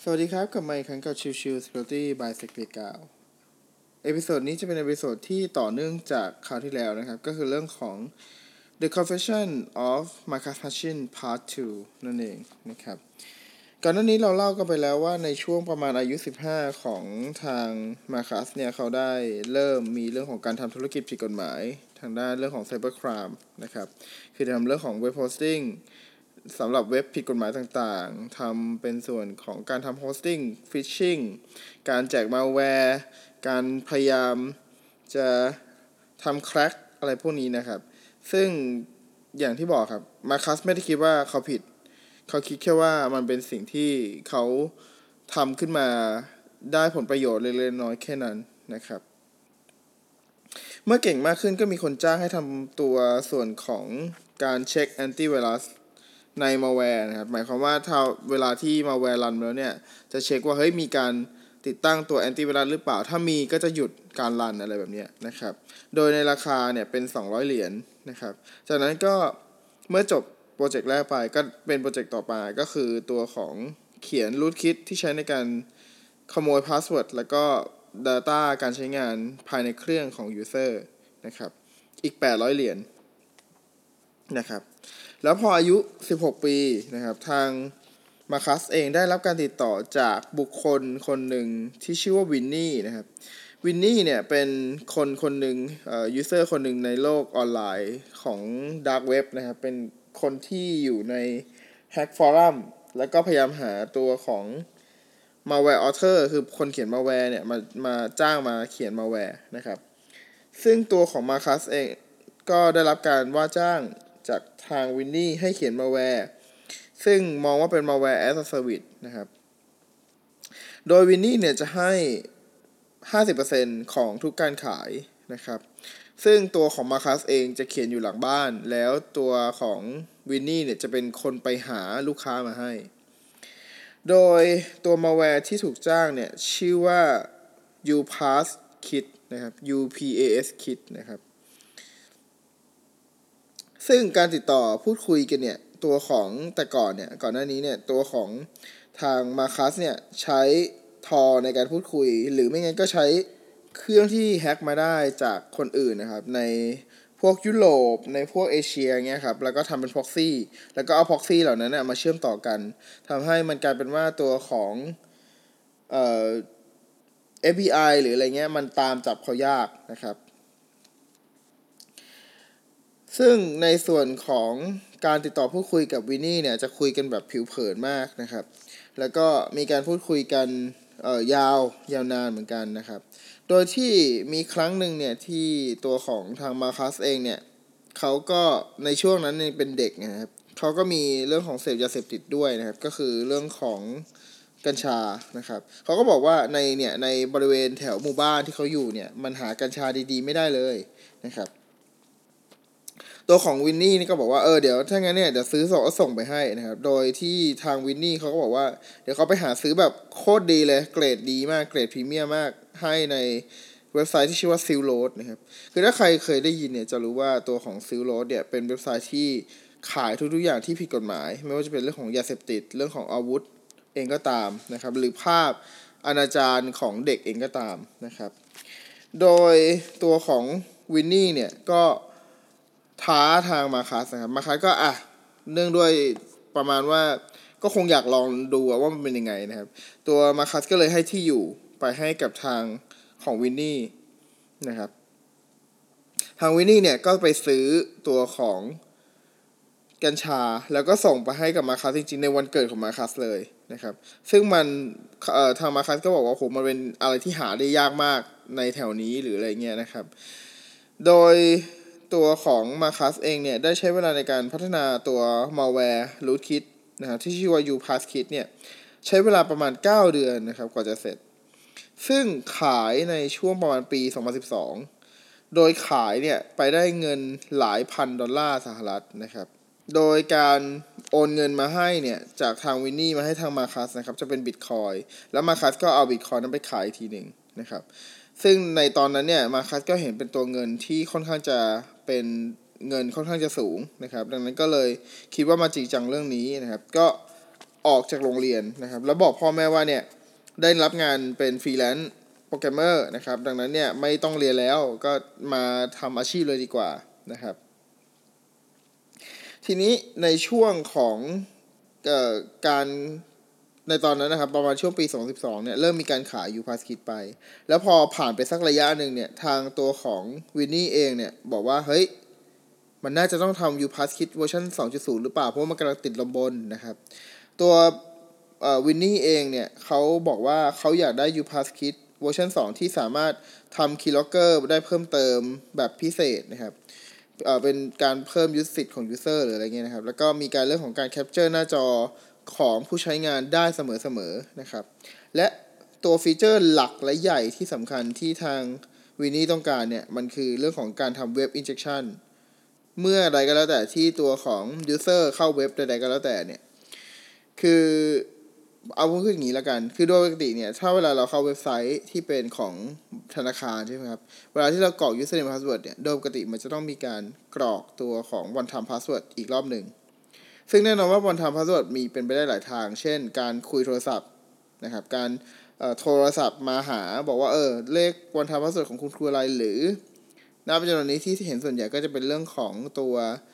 สวัสดีครับกลับมาอีกครั้งกับ Chill Security by Sec เอพิโซดนี้จะเป็นเอพิโซดที่ต่อเนื่องจากคราวที่แล้วนะครับก็คือเรื่องของ The Confession of Marcus Hutchins Part 2 นั่นเองนะครับก่อนหน้านี้เราเล่ากันไปแล้วว่าในช่วงประมาณอายุ15ของทางมาคัสเนี่ยเขาได้เริ่มมีเรื่องของการทำธุรกิจผิดกฎหมายทางด้านเรื่องของ Cyber Crime นะครับคือทำเรื่องของ Web Hostingสำหรับเว็บผิดกฎหมายต่างๆทำเป็นส่วนของการทำโฮสติ้งฟิชชิงการแจกมาแวร์การพยายามจะทำแคร็กอะไรพวกนี้นะครับซึ่งอย่างที่บอกครับมาคัสไม่ได้คิดว่าเขาผิดเขาคิดแค่ว่ามันเป็นสิ่งที่เขาทำขึ้นมาได้ผลประโยชน์เล็กๆน้อยๆแค่นั้นนะครับเมื่อเก่งมากขึ้นก็มีคนจ้างให้ทำตัวส่วนของการเช็คแอนตี้ไวรัสในมาแวร์นะครับหมายความว่าถ้าเวลาที่มาแวร์รันแล้วเนี่ยจะเช็คว่าเฮ้ยมีการติดตั้งตัวแอนตี้ไวรัสหรือเปล่าถ้ามีก็จะหยุดการรันอะไรแบบนี้นะครับโดยในราคาเนี่ยเป็น$200นะครับจากนั้นก็เมื่อจบโปรเจกต์แรกไปก็เป็นโปรเจกต์ต่อไปก็คือตัวของเขียนรูทคิดที่ใช้ในการขโมยพาสเวิร์ดแล้วก็ Data การใช้งานภายในเครื่องของ User นะครับอีก$800นะครับแล้วพออายุ16ปีนะครับทางมาคัสเองได้รับการติดต่อจากบุคคลคนหนึ่งที่ชื่อว่าวินนี่นะครับวินนี่เนี่ยเป็นคนหนึ่งยูเซอร์คนหนึ่งในโลกออนไลน์ของดาร์กเว็บนะครับเป็นคนที่อยู่ในแฮกฟอรัมแล้วก็พยายามหาตัวของmalware author คือคนเขียน malware เนี่ยมาจ้างมาเขียน malware นะครับซึ่งตัวของมาคัสเองก็ได้รับการว่าจ้างจากทางวินนี่ให้เขียน malware ซึ่งมองว่าเป็น malware as a service นะครับโดยวินนี่เนี่ยจะให้ 50% ของทุกการขายนะครับซึ่งตัวของมาคัสเองจะเขียนอยู่หลังบ้านแล้วตัวของวินนี่เนี่ยจะเป็นคนไปหาลูกค้ามาให้โดยตัว malware ที่ถูกจ้างเนี่ยชื่อว่า UPass Kit นะครับ UPass Kit นะครับซึ่งการติดต่อพูดคุยกันเนี่ยตัวของแต่ก่อนหน้านี้เนี่ยตัวของทางมาคัสเนี่ยใช้ทอในการพูดคุยหรือไม่งั้นก็ใช้เครื่องที่แฮ็กมาได้จากคนอื่นนะครับในพวกยุโรปในพวกเอเชียเงี้ยครับแล้วก็ทำเป็นพ็อกซี่แล้วก็เอาพ็อกซี่เหล่านั้นนะมาเชื่อมต่อกันทำให้มันกลายเป็นว่าตัวของFBI หรืออะไรเงี้ยมันตามจับเขายากนะครับซึ่งในส่วนของการติดต่อพูดคุยกับวินนี่เนี่ยจะคุยกันแบบผิวเผินมากนะครับแล้วก็มีการพูดคุยกันยาวนานเหมือนกันนะครับโดยที่มีครั้งหนึ่งเนี่ยที่ตัวของทางมาคัสเองเนี่ยเขาก็ในช่วงนั้นเป็นเด็กนะครับเขาก็มีเรื่องของเสพยาเสพติดด้วยนะครับก็คือเรื่องของกัญชานะครับเขาก็บอกว่าในบริเวณแถวหมู่บ้านที่เขาอยู่เนี่ยมันหากัญชาดีๆไม่ได้เลยนะครับตัวของวินนี่นี่ก็บอกว่าเดี๋ยวถ้างั้นเนี่ยเดี๋ยวซื้อส่งไปให้นะครับโดยที่ทางวินนี่เขาก็บอกว่าเดี๋ยวเขาไปหาซื้อแบบโคตรดีเลยเกรดดีมากเกรดพรีเมียมมากให้ในเว็บไซต์ที่ชื่อว่า Silroad นะครับคือถ้าใครเคยได้ยินเนี่ยจะรู้ว่าตัวของ Silroad เนี่ยเป็นเว็บไซต์ที่ขายทุกๆอย่างที่ผิดกฎหมายไม่ว่าจะเป็นเรื่องของยาเสพติดเรื่องของอาวุธเองก็ตามนะครับหรือภาพอนาจารของเด็กเองก็ตามนะครับโดยตัวของวินนี่เนี่ยก็ท้าทางมาคัสนะครับมาคัสก็เนื่องด้วยประมาณว่าก็คงอยากลองดูว่ามันเป็นยังไงนะครับตัวมาคัสก็เลยให้ที่อยู่ไปให้กับทางของวินนี่นะครับทางวินนี่เนี่ยก็ไปซื้อตัวของกัญชาแล้วก็ส่งไปให้กับมาคัสจริงๆในวันเกิดของมาคัสเลยนะครับซึ่งมันทางมาคัสก็บอกว่าโหมันเป็นอะไรที่หาได้ยากมากในแถวนี้หรืออะไรเงี้ยนะครับโดยตัวของมาคัสเองเนี่ยได้ใช้เวลาในการพัฒนาตัว malware rootkit นะครับที่ชื่อว่า UPass Kit เนี่ยใช้เวลาประมาณ9เดือนนะครับกว่าจะเสร็จซึ่งขายในช่วงประมาณปี2012โดยขายเนี่ยไปได้เงินหลายพัน$สหรัฐนะครับโดยการโอนเงินมาให้เนี่ยจากทางวินนี่มาให้ทางมาคัสนะครับจะเป็นบิตคอยแล้วมาคัสก็เอาบิตคอยนั้นไปขายทีหนึ่งนะครับซึ่งในตอนนั้นเนี่ยมาคัสก็เห็นเป็นตัวเงินที่ค่อนข้างจะเป็นเงินค่อนข้างจะสูงนะครับดังนั้นก็เลยคิดว่ามาจริงจังเรื่องนี้นะครับก็ออกจากโรงเรียนนะครับแล้วบอกพ่อแม่ว่าเนี่ยได้รับงานเป็นฟรีแลนซ์โปรแกรมเมอร์นะครับดังนั้นเนี่ยไม่ต้องเรียนแล้วก็มาทำอาชีพเลยดีกว่านะครับทีนี้ในช่วงของการในตอนนั้นนะครับประมาณช่วงปี2012เนี่ยเริ่มมีการขาย UPassKit ไปแล้วพอผ่านไปสักระยะหนึ่งเนี่ยทางตัวของวินนี่เองเนี่ยบอกว่าเฮ้ยมันน่าจะต้องทำ UPassKit เวอร์ชัน 2.0 หรือเปล่าเพราะมันกำลังติดลมบนนะครับตัววินนี่เองเนี่ยเขาบอกว่าเขาอยากได้ UPassKit เวอร์ชัน 2 ที่สามารถทำ Keylogger ได้เพิ่มเติมแบบพิเศษนะครับเป็นการเพิ่มสิทธิ์ของ user หรืออะไรเงี้ยนะครับแล้วก็มีการเรื่องของการ capture หน้าจอของผู้ใช้งานได้เสมอๆนะครับและตัวฟีเจอร์หลักและใหญ่ที่สำคัญที่ทางวินนี่ต้องการเนี่ยมันคือเรื่องของการทำ web injection เมื่อใดก็แล้วแต่ที่ตัวของ user เข้าเว็บใดๆก็แล้วแต่เนี่ยคือเอาพูดอย่างนี้แล้วกันคือโดยปกติเนี่ยถ้าเวลาเราเข้าเว็บไซต์ที่เป็นของธนาคารใช่ไหมครับเวลาที่เรากรอก username password เนี่ยโดยปกติมันจะต้องมีการกรอกตัวของ one time password อีกรอบหนึ่งซึ่งแน่นอนว่า one time password มีเป็นไปได้หลายทางเช่นการคุยโทรศัพท์นะครับการโทรศัพท์มาหาบอกว่าเลข one time password ของคุณคืออะไรหรือณปัจจุบันนี้ที่เห็นส่วนใหญ่ก็จะเป็นเรื่องของตัว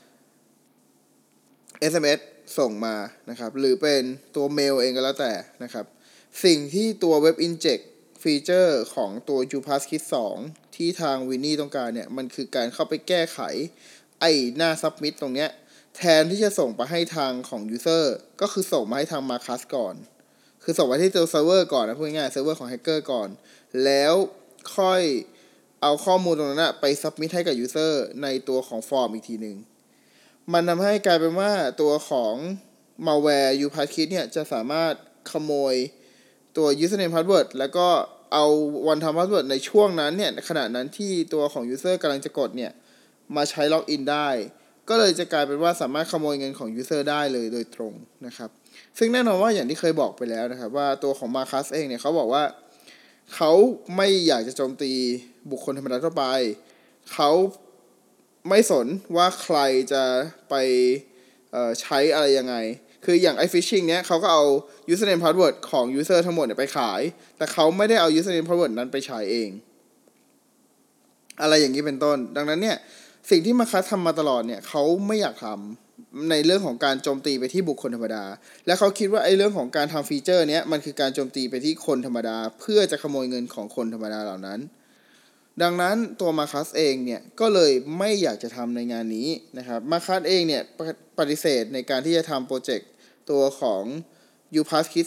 SMS ส่งมานะครับหรือเป็นตัวเมลเองก็แล้วแต่นะครับสิ่งที่ตัว Web Inject ฟีเจอร์ของตัว UPassKit 2 ที่ทางวินนี่ต้องการเนี่ยมันคือการเข้าไปแก้ไขไอ้หน้า Submit ตรงเนี้ยแทนที่จะส่งไปให้ทางของ User ก็คือส่งมาให้ทาง Marcus ก่อนคือส่งไปที่ตัวเซิร์ฟเวอร์ก่อนนะพูดง่ายๆเซิร์ฟเวอร์ของแฮกเกอร์ก่อนแล้วค่อยเอาข้อมูลตรงนั้นไป Submit ให้กับ User ในตัวของฟอร์มอีกทีนึงมันทำให้กลายเป็นว่าตัวของ malware UPassKit เนี่ยจะสามารถขโมยตัว username password แล้วก็เอา one time password ในช่วงนั้นเนี่ยขณะนั้นที่ตัวของ user กำลังจะกดเนี่ยมาใช้ล็อกอินได้ก็เลยจะกลายเป็นว่าสามารถขโมยเงินของ user ได้เลยโดยตรงนะครับซึ่งแน่นอนว่าอย่างที่เคยบอกไปแล้วนะครับว่าตัวของ Marcus เองเนี่ยเขาบอกว่าเขาไม่อยากจะโจมตีบุคคลธรรมดาทั่วไปเขาไม่สนว่าใครจะไปใช้อะไรยังไงคืออย่างไอ้ phishing เนี้ยเขาก็เอา username password ของ user ทั้งหมดเนี่ยไปขายแต่เขาไม่ได้เอา username password นั้นไปใช้เองอะไรอย่างนี้เป็นต้นดังนั้นเนี่ยสิ่งที่มาคัสทำมาตลอดเนี่ยเขาไม่อยากทำในเรื่องของการโจมตีไปที่บุคคลธรรมดาและเขาคิดว่าไอ้เรื่องของการทำฟีเจอร์เนี้ยมันคือการโจมตีไปที่คนธรรมดาเพื่อจะขโมยเงินของคนธรรมดาเหล่านั้นดังนั้นตัวมาคัสเองเนี่ยก็เลยไม่อยากจะทำในงานนี้นะครับมาคัสเองเนี่ยปฏิเสธในการที่จะทำโปรเจกต์ตัวของ UPassKit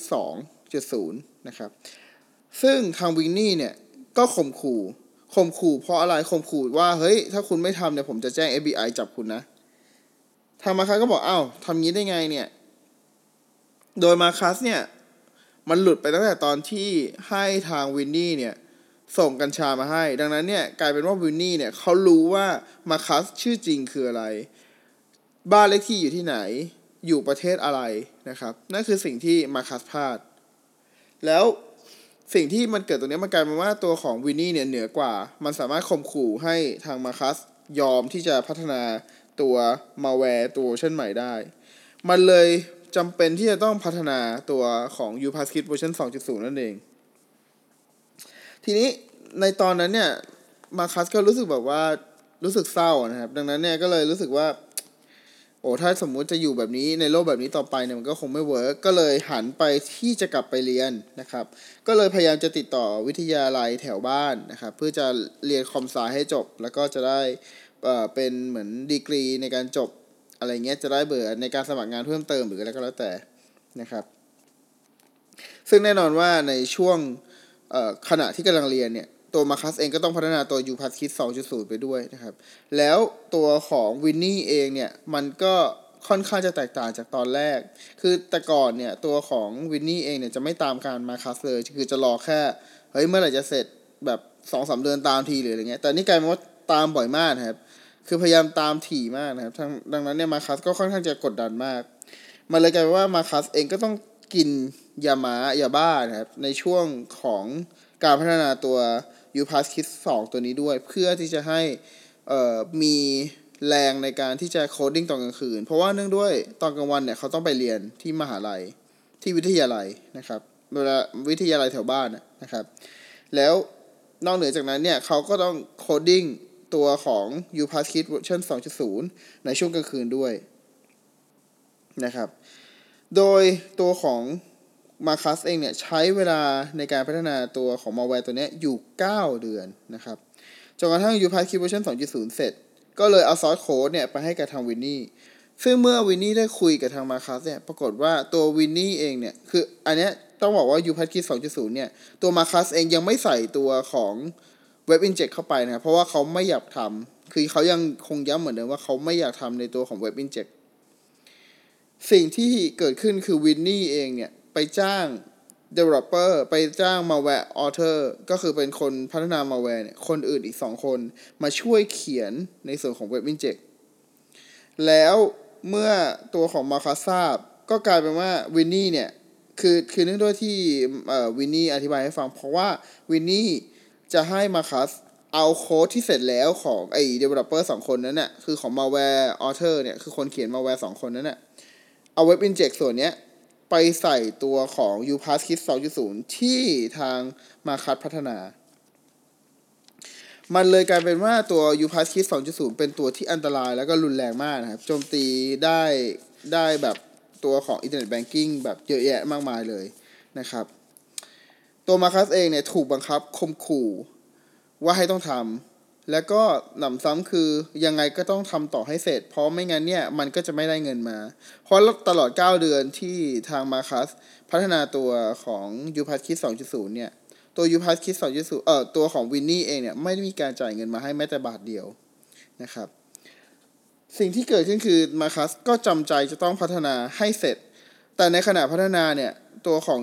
2.0 นะครับซึ่งทางวินนี่เนี่ยก็ข่มขู่เพราะอะไรข่มขู่ว่าเฮ้ยถ้าคุณไม่ทำเนี่ยผมจะแจ้ง FBI จับคุณนะทางมาคัสก็บอกอ้าวทำงี้ได้ไงเนี่ยโดยมาคัสเนี่ยมันหลุดไปตั้งแต่ตอนที่ให้ทางวินนี่เนี่ยส่งกัญชามาให้ดังนั้นเนี่ยกลายเป็นว่าวินนี่เนี่ยเขารู้ว่ามาคัสชื่อจริงคืออะไรบ้านเลขที่อยู่ที่ไหนอยู่ประเทศอะไรนะครับนั่นคือสิ่งที่มาคัสพลาดแล้วสิ่งที่มันเกิดตรงนี้มันกลายเป็นว่าตัวของวินนี่เนี่ยเหนือกว่ามันสามารถข่มขู่ให้ทางมาคัสยอมที่จะพัฒนาตัวมาแวร์ตัวเวอร์ชันใหม่ได้มันเลยจำเป็นที่จะต้องพัฒนาตัวของ UPassKit เวอร์ชัน 2.0 นั่นเองทีนี้ในตอนนั้นเนี่ยมาคัสก็รู้สึกแบบว่ารู้สึกเศร้านะครับดังนั้นเนี่ยก็เลยรู้สึกว่าถ้าสมมุติจะอยู่แบบนี้ในโลกแบบนี้ต่อไปเนี่ยมันก็คงไม่เวิร์กก็เลยหันไปที่จะกลับไปเรียนนะครับก็เลยพยายามจะติดต่อวิทยาลัยแถวบ้านนะครับเพื่อจะเรียนคอมไซให้จบแล้วก็จะได้เป็นเหมือนดีกรีในการจบอะไรเงี้ยจะได้เบื่อในการสมัครงานเพิ่มเติมหรืออะไรก็แล้วแต่นะครับซึ่งแน่นอนว่าในช่วงขณะที่กำลังเรียนเนี่ยตัวมาคัสเองก็ต้องพัฒนาตัว UPassKit 2.0 ไปด้วยนะครับแล้วตัวของวินนี่เองเนี่ยมันก็ค่อนข้างจะแตกต่างจากตอนแรกคือแต่ก่อนเนี่ยตัวของวินนี่เองเนี่ยจะไม่ตามการมาคัสเลยคือจะรอแค่เฮ้ยเมื่อไหร่จะเสร็จแบบ 2-3 เดือนตามทีหรืออะไรเงี้ยแต่นี่กลายเป็นว่าตามบ่อยมากครับคือพยายามตามถี่มากนะครับดังนั้นเนี่ยมาคัสก็ค่อนข้างจะกดดันมากมันเลยกลายเป็นว่ามาคัสเองก็ต้องกินยาบ้านะครับในช่วงของการพัฒนาตัว UPassKit 2 ตัวนี้ด้วยเพื่อที่จะให้มีแรงในการที่จะโคดดิ้งตอนกลางคืนเพราะว่าเนื่องด้วยตอนกลางวันเนี่ยเขาต้องไปเรียนที่มหาลัยที่วิทยาลัยนะครับเวลาวิทยาลัยแถวบ้านนะครับแล้วนอกเหนือจากนั้นเนี่ยเขาก็ต้องโคดดิ้งตัวของ UPassKit เวอร์ชัน 2.0 ในช่วงกลางคืนด้วยนะครับโดยตัวของ Marcus เองเนี่ยใช้เวลาในการพัฒนาตัวของ malware ตัวนี้อยู่9เดือนนะครับจนกระทั่ง UPassKit เวอร์ชัน 2.0 เสร็จก็เลยเอา source code เนี่ยไปให้กับทางวินนี่ซึ่งเมื่อวินนี่ได้คุยกับทาง Marcus เนี่ยปรากฏว่าตัววินนี่เองเนี่ยคืออันเนี้ยต้องบอกว่า UPassKit 2.0 เนี่ยตัว Marcus เองยังไม่ใส่ตัวของ Web Inject เข้าไปนะเพราะว่าเขาไม่อยากทำคือเขายังคงย้ำเหมือนเดิมว่าเขาไม่อยากทำในตัวของ Web Inject สิ่งที่เกิดขึ้นคือวินนี่เองเนี่ยไปจ้าง developer ไปจ้าง malware author ก็คือเป็นคนพัฒนา malware เนี่ยคนอื่นอีก2คนมาช่วยเขียนในส่วนของ Web Inject แล้วเมื่อตัวของมาร์คัสทราบก็กลายเป็นว่าวินนี่เนี่ยคือเนื่องด้วยที่วินนี่อธิบายให้ฟังเพราะว่าวินนี่จะให้มาร์คัสเอาโค้ดที่เสร็จแล้วของไอ้ developer 2คนนั้นน่ะคือของ malware author เนี่ยคือคนเขียน malware 2คนนั้นน่ะเอา Web Inject ส่วนเนี้ยไปใส่ตัวของ UPassKit 2.0 ที่ทางมาร์คัสพัฒนามันเลยกลายเป็นว่าตัว UPassKit 2.0 เป็นตัวที่อันตรายแล้วก็รุนแรงมากนะครับโจมตีได้แบบตัวของ Internet Banking แบบเยอะแยะมากมายเลยนะครับตัว Marcus เองเนี่ยถูกบังคับข่มขู่ว่าให้ต้องทำแล้วก็หนำซ้ำคือยังไงก็ต้องทำต่อให้เสร็จเพราะไม่งั้นเนี่ยมันก็จะไม่ได้เงินมาเพราะตลอด9เดือนที่ทาง Marcus พัฒนาตัวของ UPassKit 2.0 เนี่ยตัว UPassKit 2.0 ตัวของวินนี่เองเนี่ยไม่ได้มีการจ่ายเงินมาให้แม้แต่บาทเดียวนะครับสิ่งที่เกิดขึ้นคือ Marcus ก็จำใจจะต้องพัฒนาให้เสร็จแต่ในขณะพัฒนาเนี่ยตัวของ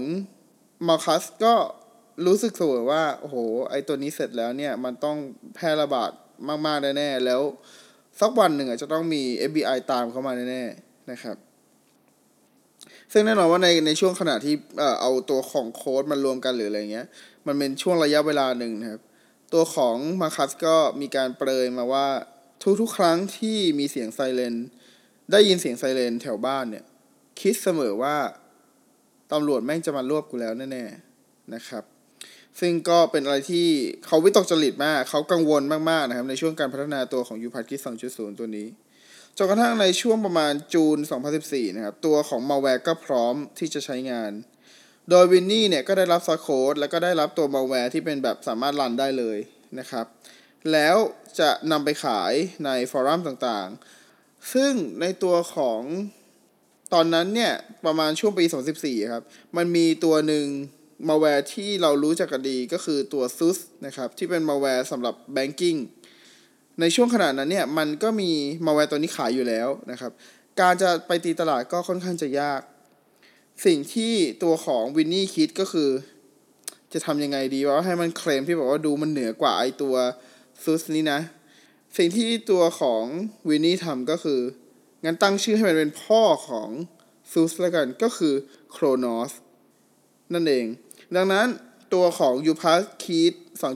Marcus ก็รู้สึกเสมอว่าโอ้โหไอตัวนี้เสร็จแล้วเนี่ยมันต้องแพร่ระบาดมากๆแน่ๆแล้วสักวันหนึ่งจะต้องมี FBI ตามเข้ามาแน่ๆนะครับซึ่งแน่นอนว่าในช่วงขณะที่เอาตัวของโค้ดมันรวมกันหรืออะไรเงี้ยมันเป็นช่วงระยะเวลาหนึ่งนะครับตัวของมาร์คัสก็มีการเปรยมาว่าทุกๆครั้งที่มีเสียงไซเรนได้ยินเสียงไซเรนแถวบ้านเนี่ยคิดเสมอว่าตำรวจแม่งจะมารวบกูแล้วแน่ๆนะครับซึ่งก็เป็นอะไรที่เขาวิตกจริตมากเขากังวลมากๆนะครับในช่วงการพัฒนาตัวของ UPassKit 2.0 ตัวนี้จนกระทั่งในช่วงประมาณจูน 2014 นะครับตัวของ malware ก็พร้อมที่จะใช้งานโดยวินนี่เนี่ยก็ได้รับ source code แล้วก็ได้รับตัว malware ที่เป็นแบบสามารถรันได้เลยนะครับแล้วจะนำไปขายในฟอรัมต่างๆซึ่งในตัวของตอนนั้นเนี่ยประมาณช่วงปี 2014 ครับมันมีตัวหนึ่ง malware ที่เรารู้จักกันดีก็คือตัว SUS นะครับที่เป็น malware สำหรับ banking ในช่วงขณะนั้นเนี่ยมันก็มี malware ตัวนี้ขายอยู่แล้วนะครับการจะไปตีตลาดก็ค่อนข้างจะยากสิ่งที่ตัวของวินนี่คิดก็คือจะทำยังไงดีว่าให้มันเคลมที่บอกว่าดูมันเหนือกว่าไอตัวซุสนี้นะสิ่งที่ตัวของวินนี่ทำก็คืองั้นตั้งชื่อให้มันเป็นพ่อของซุสแล้วกันก็คือโครโนสนั่นเองดังนั้นตัวของ UPassKit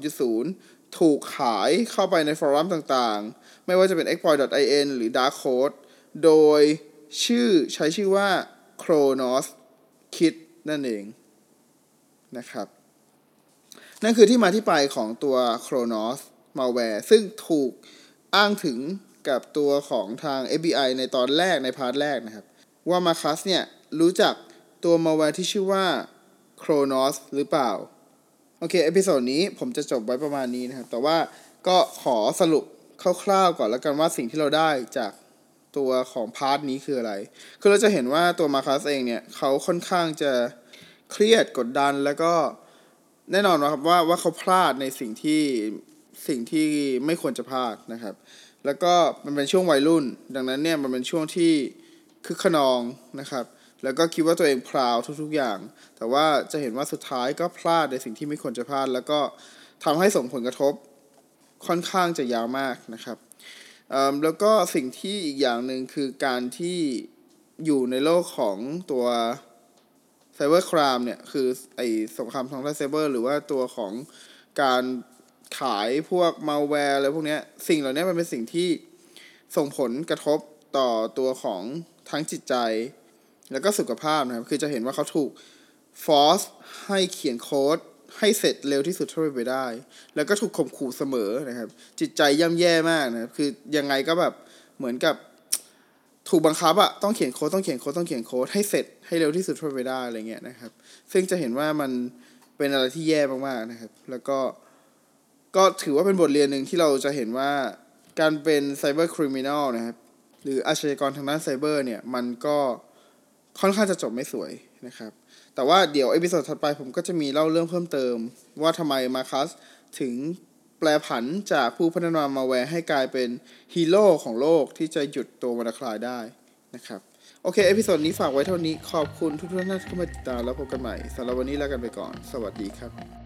2.0 ถูกขายเข้าไปในฟอรัมต่างๆไม่ว่าจะเป็น exploit.in หรือ darkcode โดยใช้ชื่อว่า Kronos Kit นั่นเองนะครับนั่นคือที่มาที่ไปของตัว Kronos malware ซึ่งถูกอ้างถึงกับตัวของทาง FBI ในตอนแรกในพาร์ทแรกนะครับว่า Marcus เนี่ยรู้จักตัว malware ที่ชื่อว่า Kronos หรือเปล่าโอเคเอพิโซดนี้ผมจะจบไว้ประมาณนี้นะครับแต่ว่าก็ขอสรุปคร่าวๆก่อนแล้วกันว่าสิ่งที่เราได้จากตัวของพาร์ทนี้คืออะไรคือเราจะเห็นว่าตัวมาร์คัสเองเนี่ยเขาค่อนข้างจะเครียดกดดันแล้วก็แน่นอนนะครับว่าเขาพลาดในสิ่งที่ไม่ควรจะพลาดนะครับแล้วก็มันเป็นช่วงวัยรุ่นดังนั้นเนี่ยมันเป็นช่วงที่คึกขนองนะครับแล้วก็คิดว่าตัวเองพราวทุกๆอย่างแต่ว่าจะเห็นว่าสุดท้ายก็พลาดในสิ่งที่ไม่ควรจะพลาดแล้วก็ทำให้ส่งผลกระทบค่อนข้างจะยาวมากนะครับแล้วก็สิ่งที่อีกอย่างหนึ่งคือการที่อยู่ในโลกของตัวไซเบอร์ครามเนี่ยคือไอสงครามทางด้านไซเบอร์หรือว่าตัวของการขายพวกมัลแวร์อะไรพวกนี้สิ่งเหล่านี้มันเป็นสิ่งที่ส่งผลกระทบต่อตัวของทั้งจิตใจแล้วก็สุขภาพนะครับคือจะเห็นว่าเขาถูกฟอร์สให้เขียนโค้ดให้เสร็จเร็วที่สุดเท่าที่ไปได้แล้วก็ถูกข่มขู่เสมอนะครับจิตใจย่ำแย่มากนะครับคือยังไงก็แบบเหมือนกับถูกบังคับอะต้องเขียนโค้ดให้เสร็จให้เร็วที่สุดเท่าที่ไปได้อะไรเงี้ยนะครับซึ่งจะเห็นว่ามันเป็นอะไรที่แย่มากๆนะครับแล้วก็ถือว่าเป็นบทเรียนหนึ่งที่เราจะเห็นว่าการเป็นไซเบอร์คริมินัลนะครับหรืออาชญากรทางด้านไซเบอร์เนี่ยมันก็ค่อนข้างจะจบไม่สวยนะครับแต่ว่าเดี๋ยวเอพิโซดถัดไปผมก็จะมีเล่าเรื่องเพิ่มเติมว่าทำไมมาคัสถึงแปลผันจากผู้พัฒนามาแวร์ให้กลายเป็นฮีโร่ของโลกที่จะหยุดตัววานาคลายได้นะครับโอเคเอพิโซดนี้ฝากไว้เท่านี้ขอบคุณทุกท่านที่เข้ามาติดตามแล้วพบกันใหม่สำหรับวันนี้ลากันไปก่อนสวัสดีครับ